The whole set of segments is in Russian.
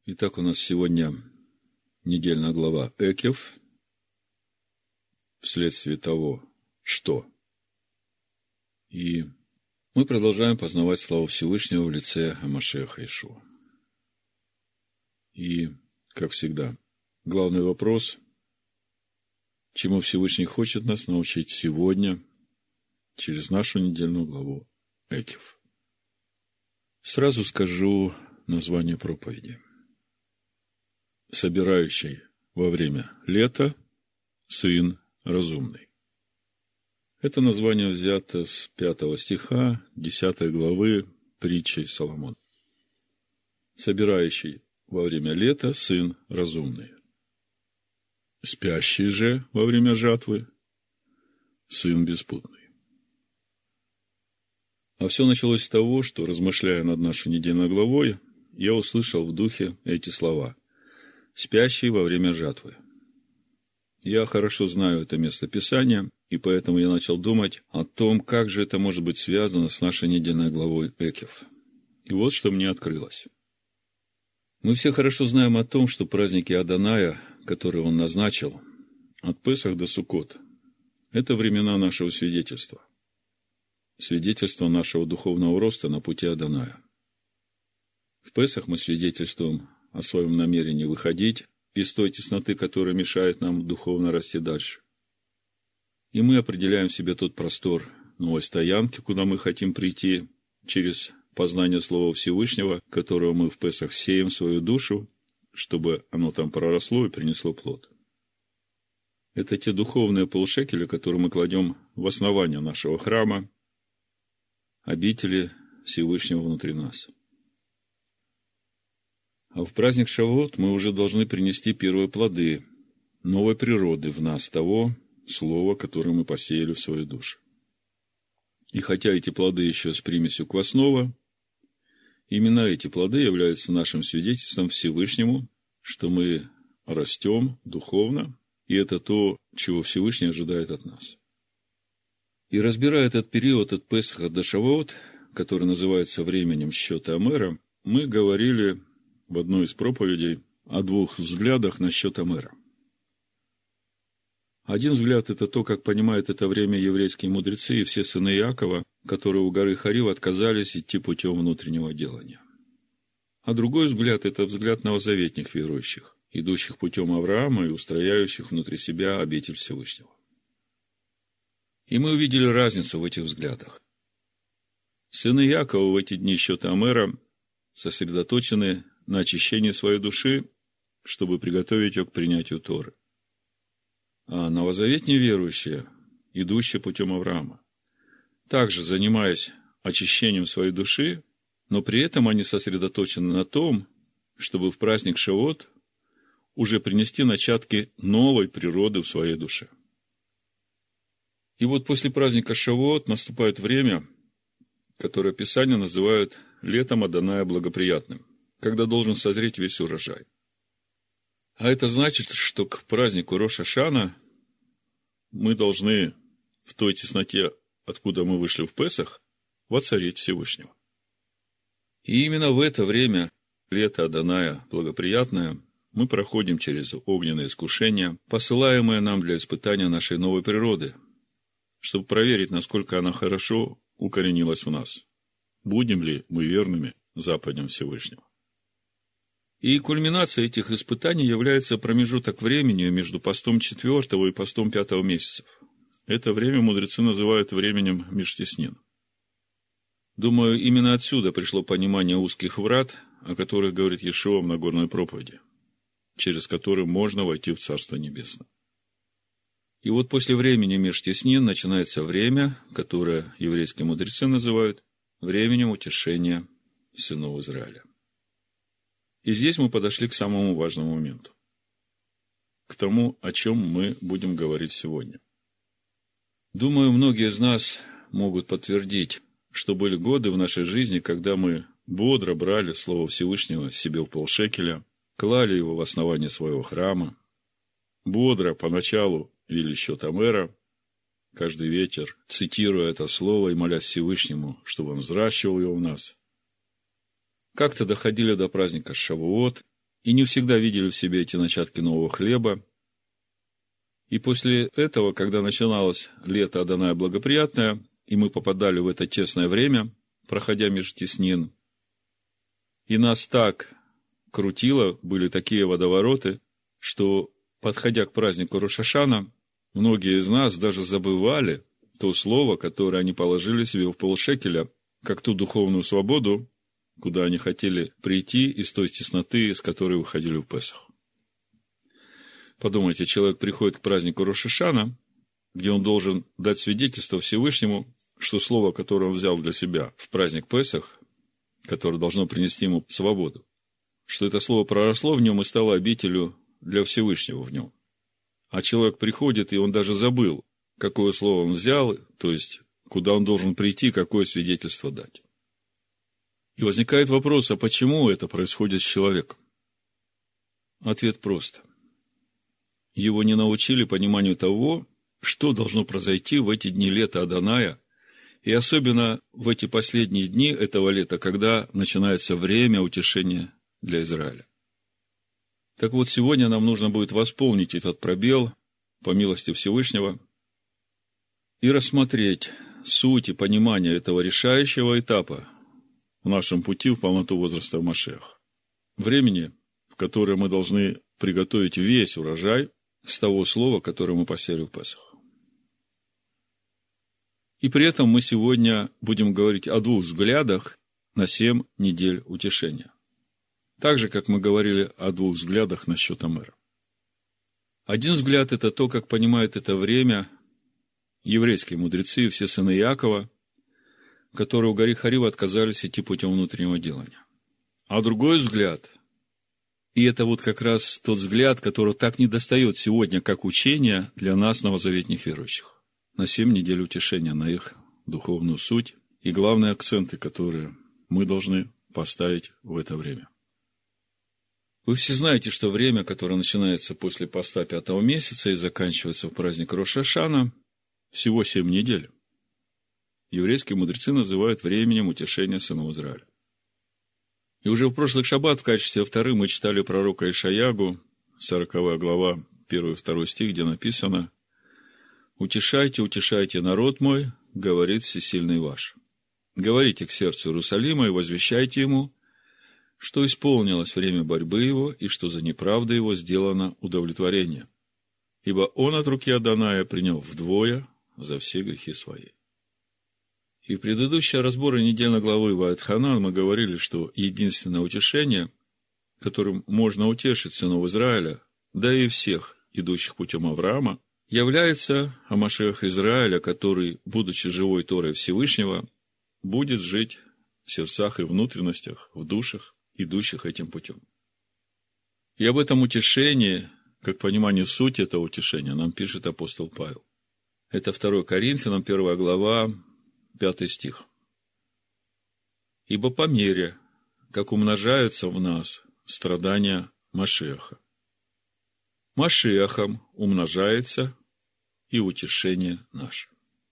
Итак, у нас сегодня недельная глава Экев, вследствие того, что. И мы продолжаем познавать славу Всевышнего в лице Машиаха Иешуа. И, как всегда, главный вопрос, чему Всевышний хочет нас научить сегодня, через нашу недельную главу Экев. Сразу скажу название проповеди. Собирающий во время лета сын разумный. Это название взято с 5 стиха 10 главы притчи Соломона. Собирающий во время лета сын разумный. Спящий же во время жатвы сын беспутный. А все началось с того, что, размышляя над нашей недельной главой, я услышал в духе эти слова: «Спящий во время жатвы». Я хорошо знаю это место Писания, и поэтому я начал думать о том, как же это может быть связано с нашей недельной главой Экев. И вот что мне открылось. Мы все хорошо знаем о том, что праздники Адоная, которые он назначил, от Песах до Суккот, это времена нашего свидетельства. Свидетельство нашего духовного роста на пути Адоная. В Песах мы свидетельствуем о своем намерении выходить из той тесноты, которая мешает нам духовно расти дальше. И мы определяем себе тот простор новой стоянки, куда мы хотим прийти через познание Слова Всевышнего, которого мы в Песах сеем в свою душу, чтобы оно там проросло и принесло плод. Это те духовные полушекели, которые мы кладем в основание нашего храма, обители Всевышнего внутри нас. А в праздник Шавуот мы уже должны принести первые плоды новой природы в нас, того слова, которое мы посеяли в свою душу. И хотя эти плоды еще с примесью квасного, именно эти плоды являются нашим свидетельством Всевышнему, что мы растем духовно, и это то, чего Всевышний ожидает от нас. И разбирая этот период от Песаха до Шавуот, который называется временем счета Омера, мы говорили в одной из проповедей о двух взглядах насчет Омера. Один взгляд – это то, как понимают это время еврейские мудрецы и все сыны Иакова, которые у горы Хорив отказались идти путем внутреннего делания. А другой взгляд – это взгляд новозаветных верующих, идущих путем Авраама и устрояющих внутри себя обитель Всевышнего. И мы увидели разницу в этих взглядах. Сыны Иакова в эти дни счета Омера сосредоточены на очищении своей души, чтобы приготовить ее к принятию Торы. А новозаветные верующие, идущие путем Авраама, также занимаясь очищением своей души, но при этом они сосредоточены на том, чтобы в праздник Шавуот уже принести начатки новой природы в своей душе. И вот после праздника Шавуот наступает время, которое Писание называет летом Адоная благоприятным, когда должен созреть весь урожай. А это значит, что к празднику Рош ха-Шана мы должны в той тесноте, откуда мы вышли в Песах, воцарить Всевышнего. И именно в это время, лето Адоная благоприятное, мы проходим через огненное искушение, посылаемое нам для испытания нашей новой природы, чтобы проверить, насколько она хорошо укоренилась в нас. Будем ли мы верными заповедям Всевышнего? И кульминацией этих испытаний является промежуток времени между постом 4 и постом 5 месяцев. Это время мудрецы называют временем межтеснин. Думаю, именно отсюда пришло понимание узких врат, о которых говорит Иешуа в Нагорной проповеди, через которые можно войти в Царство Небесное. И вот после времени межтеснин начинается время, которое еврейские мудрецы называют временем утешения сынов Израиля. И здесь мы подошли к самому важному моменту, к тому, о чем мы будем говорить сегодня. Думаю, многие из нас могут подтвердить, что были годы в нашей жизни, когда мы бодро брали Слово Всевышнего себе в полшекеля, клали его в основание своего храма, бодро поначалу вели счет Омера, каждый вечер цитируя это слово и молясь Всевышнему, чтобы он взращивал его в нас. Как-то доходили до праздника Шавуот, и не всегда видели в себе эти начатки нового хлеба. И после этого, когда начиналось лето Адоная благоприятное, и мы попадали в это тесное время, проходя меж теснин, и нас так крутило, были такие водовороты, что, подходя к празднику Рош ха-Шана, многие из нас даже забывали то слово, которое они положили себе в полшекеля, как ту духовную свободу, куда они хотели прийти из той тесноты, с которой выходили в Песах. Подумайте, человек приходит к празднику Рош ха-Шана, где он должен дать свидетельство Всевышнему, что слово, которое он взял для себя в праздник Песах, которое должно принести ему свободу, что это слово проросло в нем и стало обителью для Всевышнего в нем. А человек приходит, и он даже забыл, какое слово он взял, то есть, куда он должен прийти, какое свидетельство дать. И возникает вопрос, а почему это происходит с человеком? Ответ прост. Его не научили пониманию того, что должно произойти в эти дни лета Адоная, и особенно в эти последние дни этого лета, когда начинается время утешения для Израиля. Так вот, сегодня нам нужно будет восполнить этот пробел по милости Всевышнего и рассмотреть суть и понимание этого решающего этапа в нашем пути в полноту возраста Машиаха. Времени, в которое мы должны приготовить весь урожай с того слова, которое мы посеяли в Песах. И при этом мы сегодня будем говорить о 2 взглядах на 7 недель утешения. Так же, как мы говорили о 2 взглядах насчет Омера. Один взгляд – это то, как понимают это время еврейские мудрецы и все сыны Иакова, которые у горы Харива отказались идти путем внутреннего делания. А другой взгляд, и это вот как раз тот взгляд, который так недостает сегодня, как учение для нас, новозаветных верующих, на 7 недель утешения, на их духовную суть и главные акценты, которые мы должны поставить в это время. Вы все знаете, что время, которое начинается после поста 5-го месяца и заканчивается в праздник Рош ха-Шана, всего 7 недель. Еврейские мудрецы называют временем утешения сынов Израиля. И уже в прошлый шаббат в качестве вторых мы читали пророка Ишаягу, 40 глава, 1 и 2 стих, где написано: «Утешайте, утешайте народ мой, говорит всесильный ваш. Говорите к сердцу Иерусалима и возвещайте ему, что исполнилось время борьбы его, и что за неправду его сделано удовлетворение. Ибо он от руки Адоная принял вдвое за все грехи свои». И в предыдущем разборе недельной главы Ваэт-Ханан мы говорили, что единственное утешение, которым можно утешить сынов Израиля, да и всех, идущих путем Авраама, является о Машиах Израиля, который, будучи живой Торой Всевышнего, будет жить в сердцах и внутренностях, в душах, идущих этим путем. И об этом утешении, как пониманию сути этого утешения, нам пишет апостол Павел. Это 2 Коринфянам, 1 глава, 5 стих. «Ибо по мере, как умножаются в нас страдания Машиаха, Машиахом умножается и утешение наше».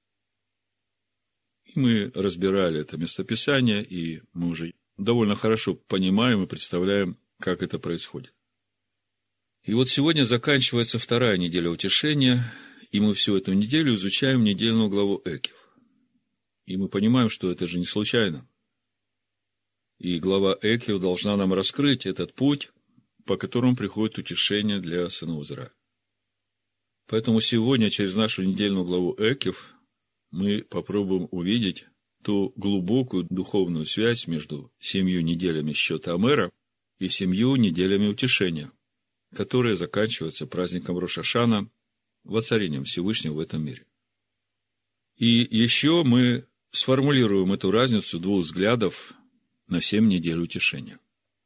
И мы разбирали это местописание, и мы уже довольно хорошо понимаем и представляем, как это происходит. И вот сегодня заканчивается 2-я неделя утешения, и мы всю эту неделю изучаем недельную главу Экев. И мы понимаем, что это же не случайно. И глава Экев должна нам раскрыть этот путь, по которому приходит утешение для сынов Израиля. Поэтому сегодня через нашу недельную главу Экев мы попробуем увидеть ту глубокую духовную связь между 7 неделями счета Омера и 7 неделями утешения, которые заканчиваются праздником Рош ха-Шана, воцарением Всевышнего в этом мире. И еще мы сформулируем эту разницу 2 взглядов на 7 недель утешения.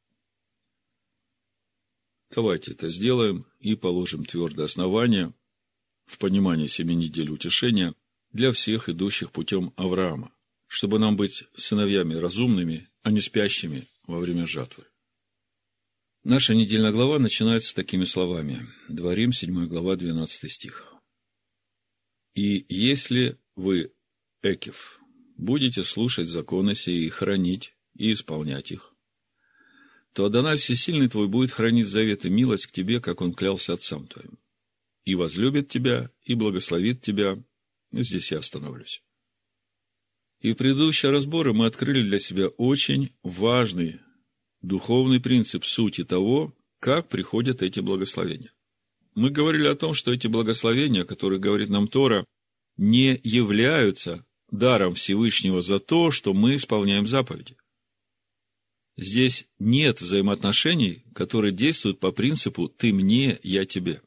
Давайте это сделаем и положим твердое основание в понимании 7 недель утешения для всех идущих путем Авраама, чтобы нам быть сыновьями разумными, а не спящими во время жатвы. Наша недельная глава начинается такими словами. Дворим, 7 глава, 12 стих. «И если вы, Экев, будете слушать законы сии и хранить и исполнять их, то Адонай Всесильный твой будет хранить завет и милость к тебе, как он клялся отцам твоим, и возлюбит тебя, и благословит тебя». Здесь я остановлюсь. И в предыдущие разборы мы открыли для себя очень важный духовный принцип сути того, как приходят эти благословения. Мы говорили о том, что эти благословения, о которых говорит нам Тора, не являются даром Всевышнего за то, что мы исполняем заповеди. Здесь нет взаимоотношений, которые действуют по принципу «ты мне, я тебе».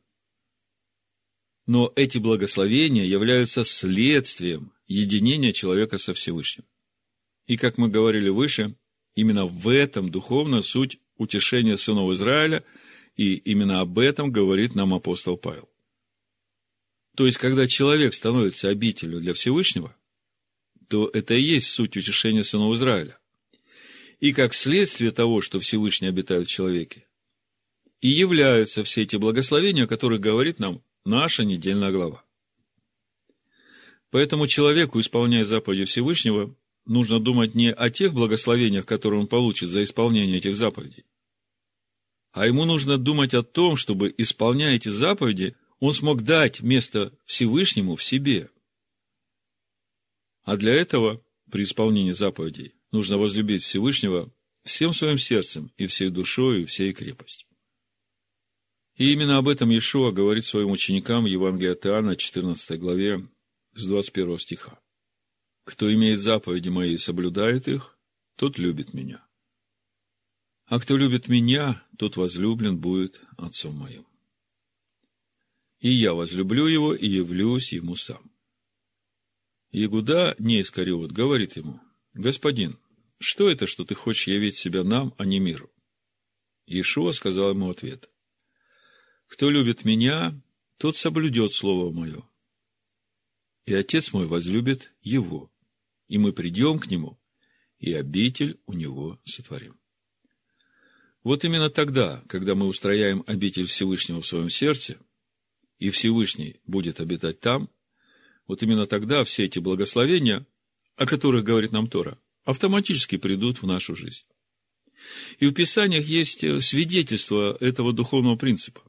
Но эти благословения являются следствием единения человека со Всевышним. И, как мы говорили выше, именно в этом духовная суть утешения сынов Израиля, и именно об этом говорит нам апостол Павел. То есть, когда человек становится обителью для Всевышнего, то это и есть суть утешения сынов Израиля. И как следствие того, что Всевышний обитает в человеке, и являются все эти благословения, о которых говорит нам наша недельная глава. Поэтому человеку, исполняя заповеди Всевышнего, нужно думать не о тех благословениях, которые он получит за исполнение этих заповедей, а ему нужно думать о том, чтобы, исполняя эти заповеди, он смог дать место Всевышнему в себе. А для этого, при исполнении заповедей, нужно возлюбить Всевышнего всем своим сердцем и всей душой и всей крепостью. И именно об этом Иешуа говорит своим ученикам в Евангелии от Иоанна, 14 главе, с 21 стиха. «Кто имеет заповеди мои и соблюдает их, тот любит меня. А кто любит меня, тот возлюблен будет Отцом моим. И я возлюблю его и явлюсь ему сам». Иуда, не Искариот, говорит ему: «Господин, что это, что ты хочешь явить себя нам, а не миру?» Иешуа сказал ему ответ: «Кто любит меня, тот соблюдет слово мое. И Отец мой возлюбит его, и мы придем к нему, и обитель у него сотворим». Вот именно тогда, когда мы устрояем обитель Всевышнего в своем сердце, и Всевышний будет обитать там, вот именно тогда все эти благословения, о которых говорит нам Тора, автоматически придут в нашу жизнь. И в Писаниях есть свидетельство этого духовного принципа.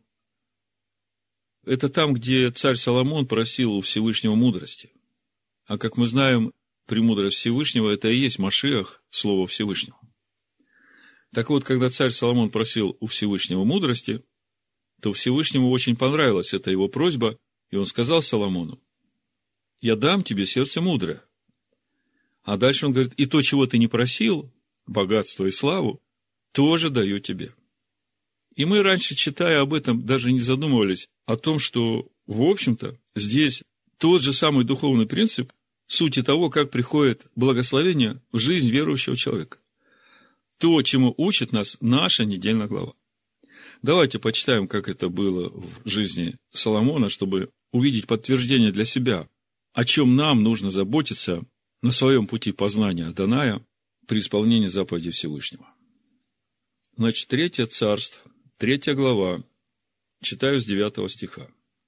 Это там, где царь Соломон просил у Всевышнего мудрости. А как мы знаем, премудрость Всевышнего – это и есть Машиах, Слово Всевышнего. Так вот, когда царь Соломон просил у Всевышнего мудрости, то Всевышнему очень понравилась эта его просьба, и он сказал Соломону: «Я дам тебе сердце мудрое». А дальше он говорит: «И то, чего ты не просил, богатство и славу, тоже даю тебе». И мы раньше, читая об этом, даже не задумывались о том, что, в общем-то, здесь тот же самый духовный принцип сути того, как приходит благословение в жизнь верующего человека. То, чему учит нас наша недельная глава. Давайте почитаем, как это было в жизни Соломона, чтобы увидеть подтверждение для себя, о чем нам нужно заботиться на своем пути познания Адоная при исполнении заповедей Всевышнего. Значит, 3 Царств, 3 глава, читаю с 9 стиха.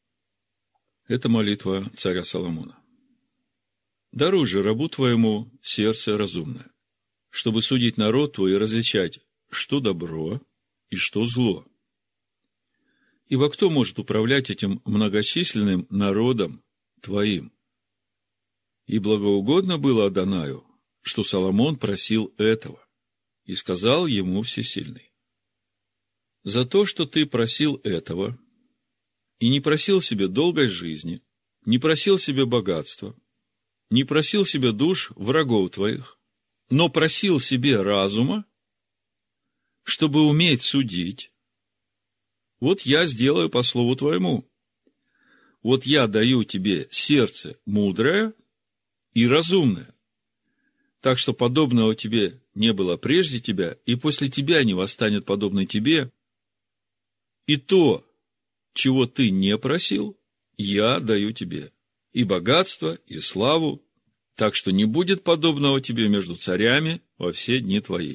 Это молитва царя Соломона. «Даруй же рабу твоему сердце разумное, чтобы судить народ твой и различать, что добро и что зло. Ибо кто может управлять этим многочисленным народом твоим? И благоугодно было Адонаю, что Соломон просил этого, и сказал ему Всесильный: за то, что ты просил этого, и не просил себе долгой жизни, не просил себе богатства, не просил себе душ врагов твоих, но просил себе разума, чтобы уметь судить, вот я сделаю по слову твоему. Вот я даю тебе сердце мудрое и разумное, так что подобного тебе не было прежде тебя, и после тебя не восстанет подобный тебе. И то, чего ты не просил, я даю тебе, и богатство, и славу, так что не будет подобного тебе между царями во все дни твои.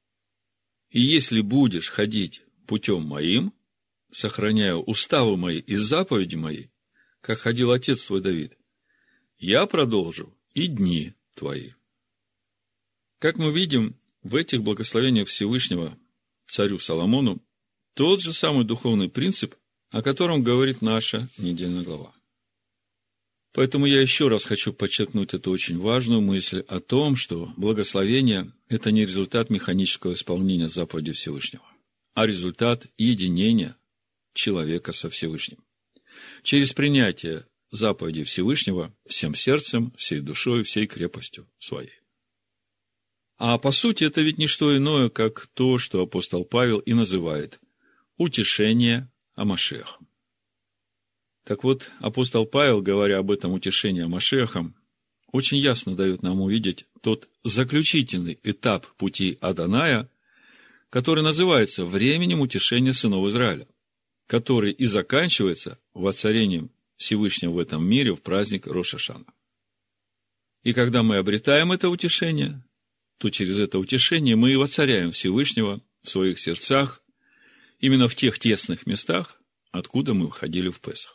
И если будешь ходить путем моим, сохраняя уставы мои и заповеди мои, как ходил отец твой Давид, я продолжу и дни твои». Как мы видим, в этих благословениях Всевышнего царю Соломону, тот же самый духовный принцип, о котором говорит наша недельная глава. Поэтому я еще раз хочу подчеркнуть эту очень важную мысль о том, что благословение – это не результат механического исполнения заповедей Всевышнего, а результат единения человека со Всевышним. Через принятие заповедей Всевышнего всем сердцем, всей душой, всей крепостью своей. А по сути это ведь не что иное, как то, что апостол Павел и называет утешение о Машиахе. Так вот, апостол Павел, говоря об этом утешении о Машиахе, очень ясно дает нам увидеть тот заключительный этап пути Адоная, который называется временем утешения сынов Израиля, который и заканчивается воцарением Всевышнего в этом мире в праздник Рош ха-Шана. И когда мы обретаем это утешение, то через это утешение мы и воцаряем Всевышнего в своих сердцах, именно в тех тесных местах, откуда мы уходили в Песах.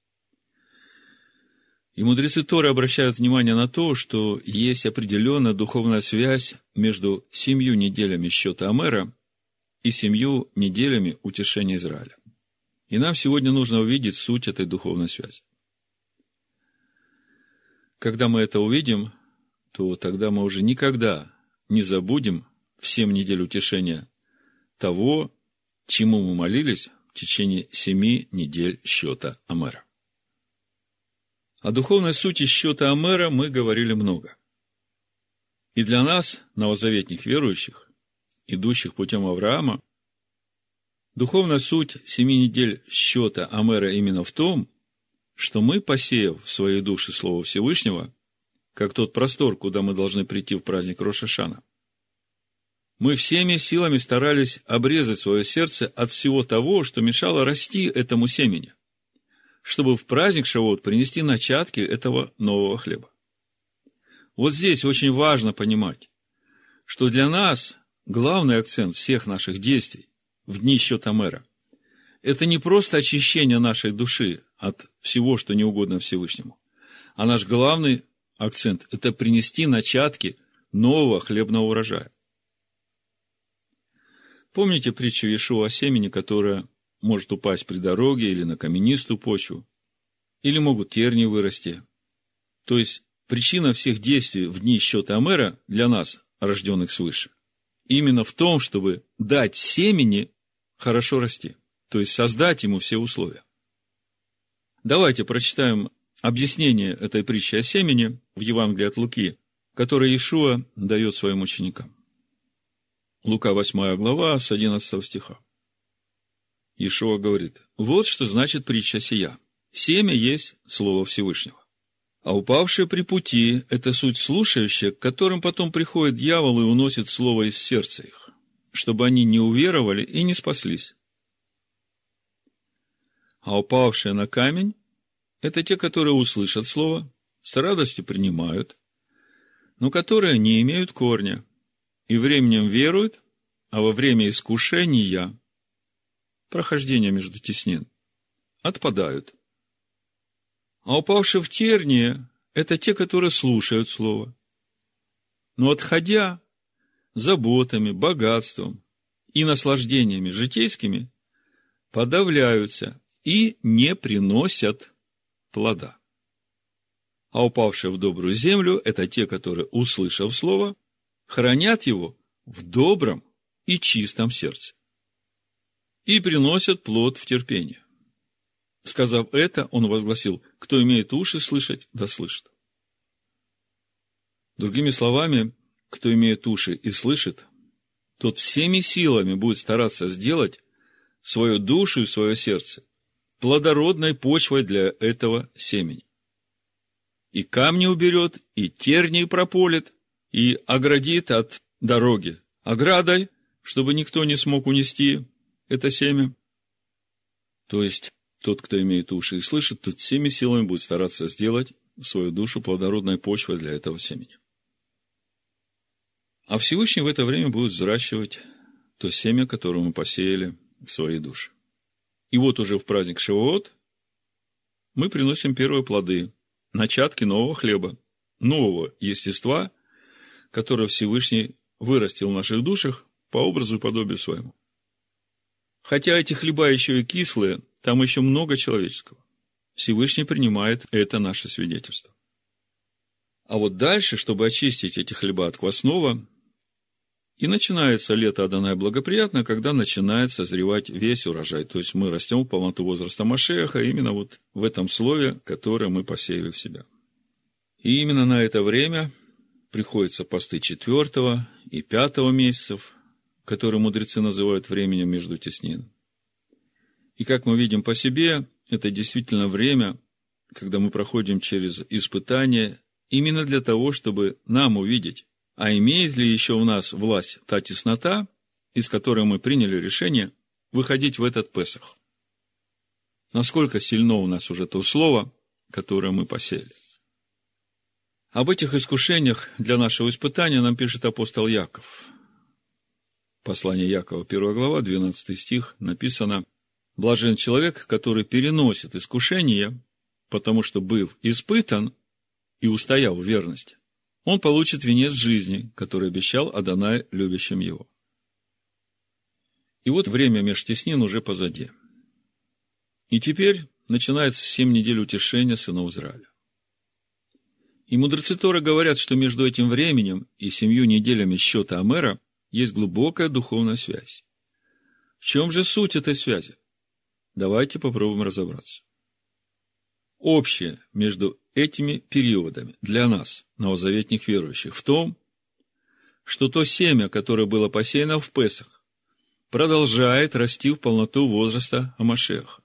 И мудрецы Торы обращают внимание на то, что есть определенная духовная связь между 7 неделями счета Омера и 7 неделями утешения Израиля. И нам сегодня нужно увидеть суть этой духовной связи. Когда мы это увидим, то тогда мы уже никогда не забудем в 7 недель утешения того, чему мы молились в течение 7 недель счета Омера. О духовной сути счета Омера мы говорили много. И для нас, новозаветных верующих, идущих путем Авраама, духовная суть 7 недель счета Омера именно в том, что мы, посеяв в своей душе Слово Всевышнего, как тот простор, куда мы должны прийти в праздник Рош ха-Шана, мы всеми силами старались обрезать свое сердце от всего того, что мешало расти этому семени, чтобы в праздник Шавуот принести начатки этого нового хлеба. Вот здесь очень важно понимать, что для нас главный акцент всех наших действий в дни счета Омера – это не просто очищение нашей души от всего, что не угодно Всевышнему, а наш главный акцент – это принести начатки нового хлебного урожая. Помните притчу Иешуа о семени, которое может упасть при дороге или на каменистую почву, или могут тернии вырасти. То есть, причина всех действий в дни счета Омера для нас, рожденных свыше, именно в том, чтобы дать семени хорошо расти, то есть создать ему все условия. Давайте прочитаем объяснение этой притчи о семени в Евангелии от Луки, которое Иешуа дает своим ученикам. Лука 8 глава, с 11 стиха. Иешуа говорит: вот что значит притча сия. Семя есть Слово Всевышнего. А упавшие при пути – это суть слушающие, к которым потом приходит дьявол и уносит слово из сердца их, чтобы они не уверовали и не спаслись. А упавшие на камень – это те, которые услышат слово, с радостью принимают, но которые не имеют корня, и временем веруют, а во время искушения, прохождения между теснин, отпадают. А упавшие в тернии – это те, которые слушают слово, но отходя заботами, богатством и наслаждениями житейскими, подавляются и не приносят плода. А упавшие в добрую землю – это те, которые, услышав слово, хранят его в добром и чистом сердце и приносят плод в терпении. Сказав это, он возгласил: кто имеет уши слышать, да слышит. Другими словами, кто имеет уши и слышит, тот всеми силами будет стараться сделать свою душу и свое сердце плодородной почвой для этого семени. И камни уберет, и тернии прополет, и оградит от дороги оградой, чтобы никто не смог унести это семя. То есть, тот, кто имеет уши и слышит, тот всеми силами будет стараться сделать свою душу плодородной почвой для этого семени. А Всевышний в это время будет взращивать то семя, которое мы посеяли в своей душе. И вот уже в праздник Шавуот мы приносим первые плоды, начатки нового хлеба, нового естества, которое Всевышний вырастил в наших душах по образу и подобию своему. Хотя эти хлеба еще и кислые, там еще много человеческого. Всевышний принимает это наше свидетельство. А вот дальше, чтобы очистить эти хлеба от квасного, и начинается лето Адоная благоприятно, когда начинает созревать весь урожай. То есть мы растем в полноту возраста Машиаха именно вот в этом слове, которое мы посеяли в себя. И именно на это время приходится посты 4 и 5 месяцев, которые мудрецы называют временем между теснин. И как мы видим по себе, это действительно время, когда мы проходим через испытания именно для того, чтобы нам увидеть, а имеет ли еще у нас власть та теснота, из которой мы приняли решение выходить в этот Песах. Насколько сильно у нас уже то слово, которое мы посеяли. Об этих искушениях для нашего испытания нам пишет апостол Яков. Послание Якова, 1 глава, 12 стих, написано: «Блажен человек, который переносит искушение, потому что, быв испытан и устоял в верности, он получит венец жизни, который обещал Адонай любящим его». И вот время меж теснин уже позади. И теперь начинается 7 недель утешения сынов Израиля. И мудрецы Торы говорят, что между этим временем и 7 неделями счета Омера есть глубокая духовная связь. В чем же суть этой связи? Давайте попробуем разобраться. Общее между этими периодами для нас, новозаветных верующих, в том, что то семя, которое было посеяно в Песах, продолжает расти в полноту возраста Машиаха.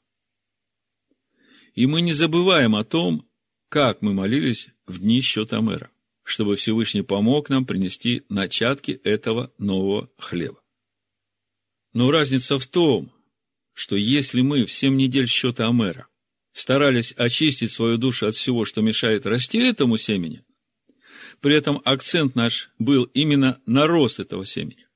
И мы не забываем о том, как мы молились в дни счета Омера, чтобы Всевышний помог нам принести начатки этого нового хлеба. Но разница в том, что если мы в 7 недель счета Омера старались очистить свою душу от всего, что мешает расти этому семени, при этом акцент наш был именно на рост этого семени,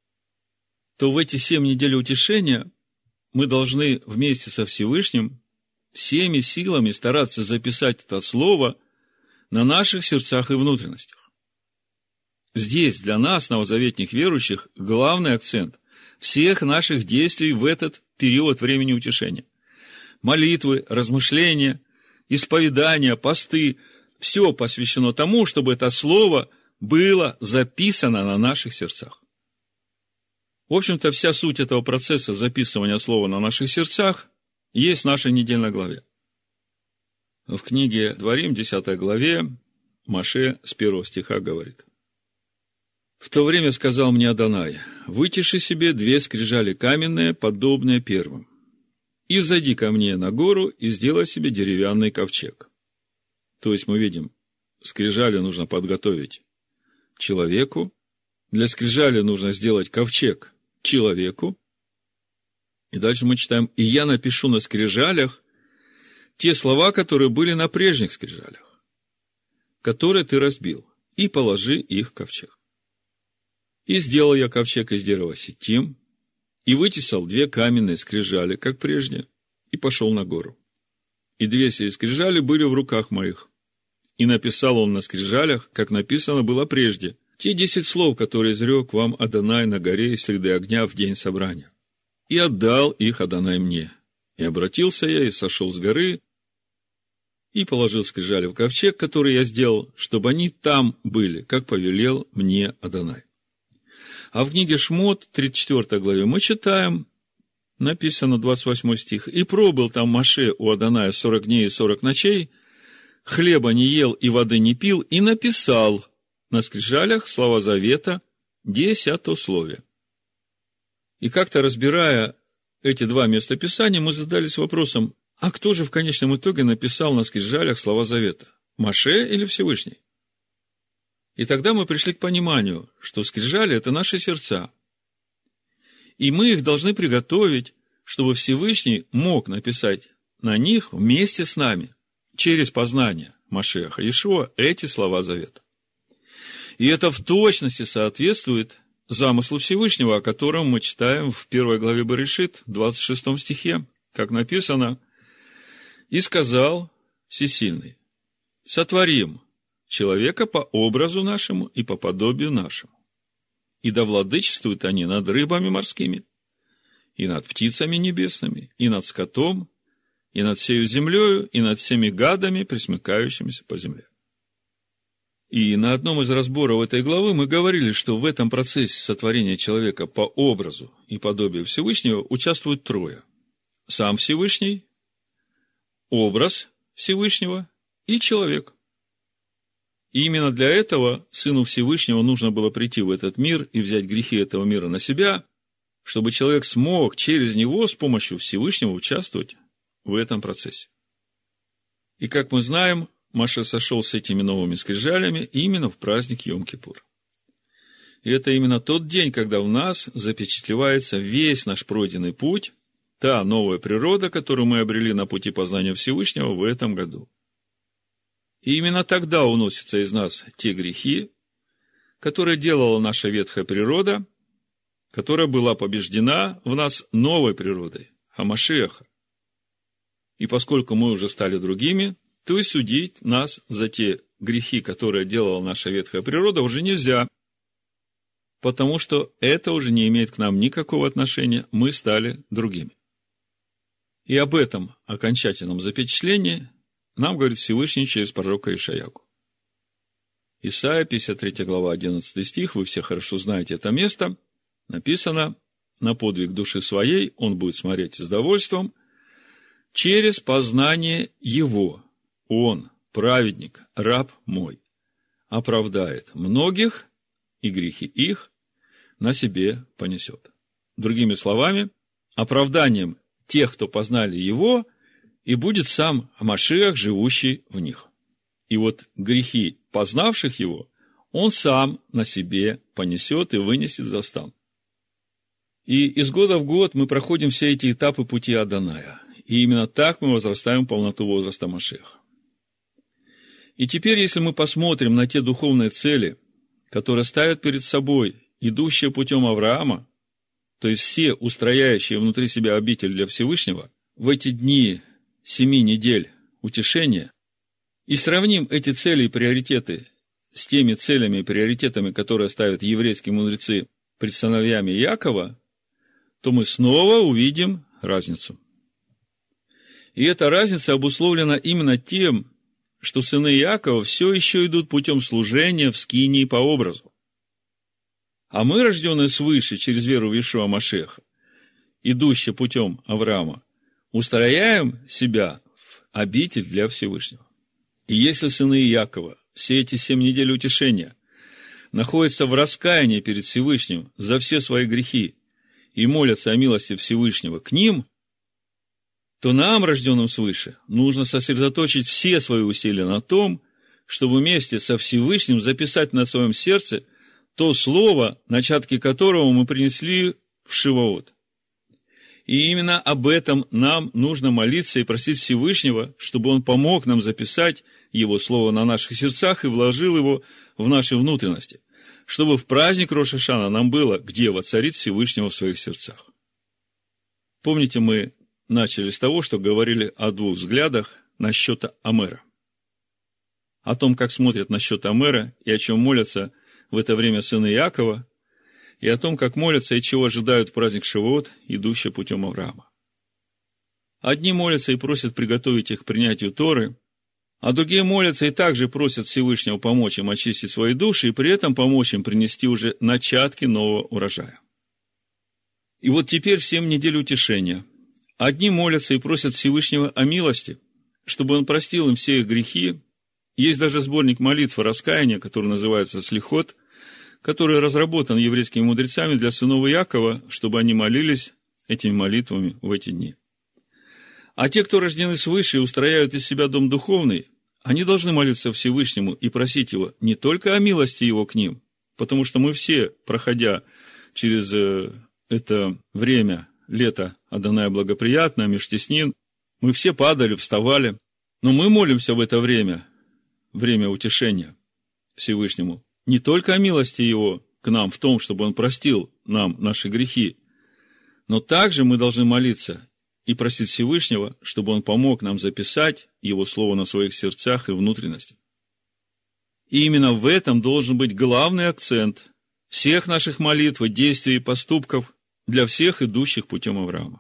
то в эти 7 недель утешения мы должны вместе со Всевышним всеми силами стараться записать это слово на наших сердцах и внутренностях. Здесь для нас, новозаветных верующих, главный акцент всех наших действий в этот период времени утешения. Молитвы, размышления, исповедания, посты – все посвящено тому, чтобы это слово было записано на наших сердцах. В общем-то, вся суть этого процесса записывания слова на наших сердцах есть в нашей недельной главе. В книге Дворим, 10 главе, Моше с 1 стиха говорит: «В то время сказал мне Адонай: вытиши себе 2 скрижали каменные, подобные первым, и взойди ко мне на гору и сделай себе деревянный ковчег». То есть мы видим, скрижали нужно подготовить человеку, для скрижали нужно сделать ковчег человеку, и дальше мы читаем: «И я напишу на скрижалях те слова, которые были на прежних скрижалях, которые ты разбил, и положи их в ковчег. И сделал я ковчег из дерева ситим, и вытесал 2 каменные скрижали, как прежде, и пошел на гору. И 2 сии скрижали были в руках моих. И написал он на скрижалях, как написано было прежде, те 10 слов, которые изрек вам Адонай на горе из среды огня в день собрания. И отдал их Адонай мне. И обратился я, и сошел с горы, и положил скрижали в ковчег, который я сделал, чтобы они там были, как повелел мне Адонай». А в книге Шмот, 34 главе, мы читаем, написано 28 стих: «И пробыл там Моше у Адоная 40 дней и 40 ночей, хлеба не ел и воды не пил, и написал на скрижалях слова завета 10 слове». И как-то разбирая эти 2 местописания, мы задались вопросом: а кто же в конечном итоге написал на скрижалях слова завета? Моше или Всевышний? И тогда мы пришли к пониманию, что скрижали – это наши сердца. И мы их должны приготовить, чтобы Всевышний мог написать на них вместе с нами, через познание Машиаха Иешуа, эти слова завета. И это в точности соответствует замыслу Всевышнего, о котором мы читаем в 1 главе Берешит, 26 стихе, как написано: «И сказал Всесильный: сотворим человека по образу нашему и по подобию нашему, и да владычествуют они над рыбами морскими, и над птицами небесными, и над скотом, и над всею землею, и над всеми гадами, пресмыкающимися по земле. И на одном из разборов этой главы мы говорили, что в этом процессе сотворения человека по образу и подобию Всевышнего участвуют трое. Сам Всевышний, образ Всевышнего и человек. И именно для этого Сыну Всевышнего нужно было прийти в этот мир и взять грехи этого мира на себя, чтобы человек смог через него с помощью Всевышнего участвовать в этом процессе. И как мы знаем, Машиах сошел с этими новыми скрижалями именно в праздник Йом-Кипур. И это именно тот день, когда в нас запечатлевается весь наш пройденный путь, та новая природа, которую мы обрели на пути познания Всевышнего в этом году. И именно тогда уносятся из нас те грехи, которые делала наша ветхая природа, которая была побеждена в нас новой природой, Хамашиаха. И поскольку мы уже стали другими, то и судить нас за те грехи, которые делала наша ветхая природа, уже нельзя, потому что это уже не имеет к нам никакого отношения, мы стали другими. И об этом окончательном запечатлении нам говорит Всевышний через пророка Ишаяху. Исайя, 53 глава, 11 стих, вы все хорошо знаете это место, написано: «На подвиг души своей он будет смотреть с довольством, через познание его он, праведник, раб мой, оправдает многих, и грехи их на себе понесет». Другими словами, оправданием тех, кто познали его, и будет сам Машиах, живущий в них. И вот грехи познавших его он сам на себе понесет и вынесет за стан. И из года в год мы проходим все эти этапы пути Адоная. И именно так мы возрастаем в полноту возраста Машиаха. И теперь, если мы посмотрим на те духовные цели, которые ставят перед собой идущие путем Авраама, то есть все устрояющие внутри себя обитель для Всевышнего, в эти дни 7 недель утешения, и сравним эти цели и приоритеты с теми целями и приоритетами, которые ставят еврейские мудрецы пред сыновьями Иакова, то мы снова увидим разницу. И эта разница обусловлена именно тем, что сыны Иакова все еще идут путем служения в скинии по образу. А мы, рожденные свыше через веру в Иешуа Машиаха, идущие путем Авраама, устрояем себя в обитель для Всевышнего. И если сыны Иакова все эти 7 недель утешения находятся в раскаянии перед Всевышним за все свои грехи и молятся о милости Всевышнего к ним, то нам, рожденным свыше, нужно сосредоточить все свои усилия на том, чтобы вместе со Всевышним записать на своем сердце то слово, начатки которого мы принесли в Шиваот. И именно об этом нам нужно молиться и просить Всевышнего, чтобы Он помог нам записать Его слово на наших сердцах и вложил его в наши внутренности, чтобы в праздник Рош ха-Шана нам было где воцарить Всевышнего в своих сердцах. Помните, мы начали с того, что говорили о 2 взглядах насчет Омера. О том, как смотрят насчет Омера и о чем молятся в это время сыны Иакова, и о том, как молятся и чего ожидают в праздник Шивот, идущий путем Авраама. Одни молятся и просят приготовить их к принятию Торы, а другие молятся и также просят Всевышнего помочь им очистить свои души и при этом помочь им принести уже начатки нового урожая. И вот теперь в 7 недель утешения одни молятся и просят Всевышнего о милости, чтобы Он простил им все их грехи. Есть даже сборник молитв о раскаянии, который называется «Слихот», который разработан еврейскими мудрецами для сынов Иакова, чтобы они молились этими молитвами в эти дни. А те, кто рождены свыше и устрояют из себя дом духовный, они должны молиться Всевышнему и просить Его не только о милости Его к ним, потому что мы все, проходя через это время, лето Адоная благоприятное, межтеснин, мы все падали, вставали, но мы молимся в это время утешения Всевышнему, не только о милости Его к нам в том, чтобы Он простил нам наши грехи, но также мы должны молиться и просить Всевышнего, чтобы Он помог нам записать Его Слово на своих сердцах и внутренностях. И именно в этом должен быть главный акцент всех наших молитв, действий и поступков для всех идущих путем Авраама.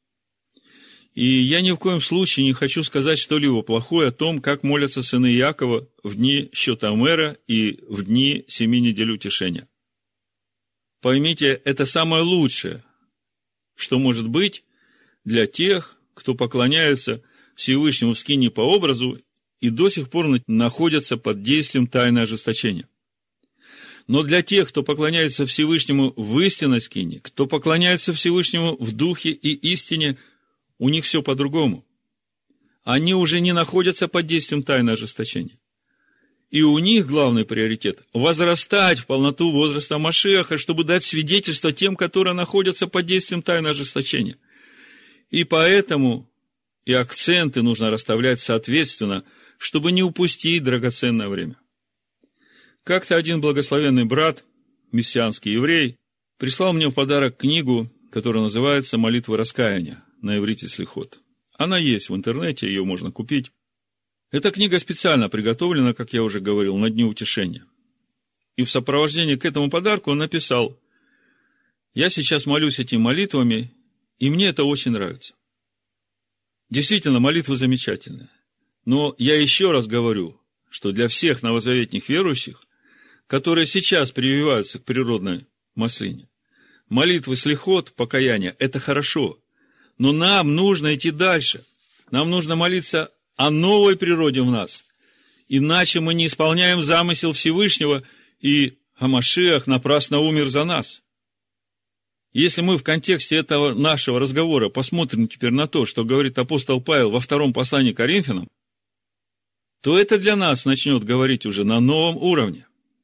И я ни в коем случае не хочу сказать что-либо плохое о том, как молятся сыны Иакова в дни счета Омера и в дни 7 недель утешения. Поймите, это самое лучшее, что может быть для тех, кто поклоняется Всевышнему в скинии по образу и до сих пор находятся под действием тайны ожесточения. Но для тех, кто поклоняется Всевышнему в истинной скинии, кто поклоняется Всевышнему в духе и истине, у них все по-другому. Они уже не находятся под действием тайны ожесточения. И у них главный приоритет – возрастать в полноту возраста Машиаха, чтобы дать свидетельство тем, которые находятся под действием тайны ожесточения. И поэтому и акценты нужно расставлять соответственно, чтобы не упустить драгоценное время. Как-то один благословенный брат, мессианский еврей, прислал мне в подарок книгу, которая называется «Молитвы раскаяния» на иврите слихот. Она есть в интернете, ее можно купить. Эта книга специально приготовлена, как я уже говорил, на дни утешения. И в сопровождении к этому подарку он написал: «Я сейчас молюсь этими молитвами, и мне это очень нравится». Действительно, молитвы замечательные. Но я еще раз говорю, что для всех новозаветних верующих, которые сейчас прививаются к природной маслине, молитвы слихот, покаяние – это хорошо. Но нам нужно идти дальше. Нам нужно молиться о новой природе в нас. Иначе мы не исполняем замысел Всевышнего, и Машиах напрасно умер за нас. Если мы в контексте этого нашего разговора посмотрим теперь на то, что говорит апостол Павел во 2 послании к Коринфянам, то это для нас начнет говорить уже на новом уровне.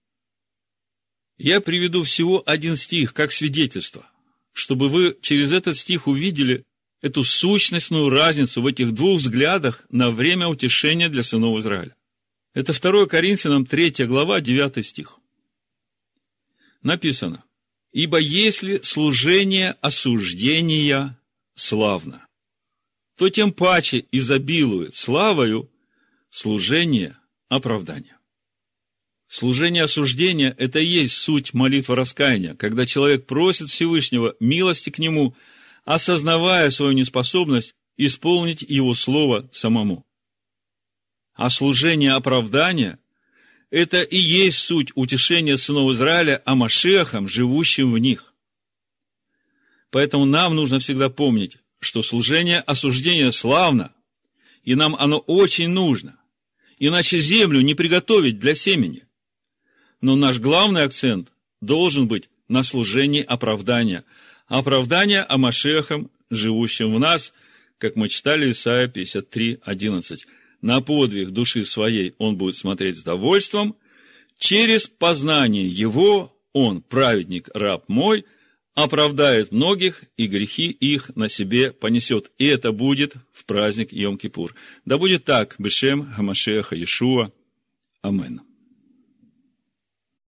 Я приведу всего один стих как свидетельство, чтобы вы через этот стих увидели эту сущностную разницу в этих двух взглядах на время утешения для сынов Израиля. Это 2 Коринфянам 3 глава, 9 стих. Написано: «Ибо если служение осуждения славно, то тем паче изобилует славою служение оправдания». Служение осуждения – это и есть суть молитвы раскаяния, когда человек просит Всевышнего милости к нему, осознавая свою неспособность исполнить его слово самому. А служение оправдания – это и есть суть утешения сынов Израиля Машиахом, живущим в них. Поэтому нам нужно всегда помнить, что служение осуждения славно, и нам оно очень нужно, иначе землю не приготовить для семени. Но наш главный акцент должен быть на служении оправдания. Оправдание Машиахом, живущим в нас, как мы читали Исайя 53:11. На подвиг души своей он будет смотреть с довольством. Через познание его он, праведник, раб мой, оправдает многих, и грехи их на себе понесет. И это будет в праздник Йом-Кипур. Да будет так, бешем Машиаха Иешуа. Амен.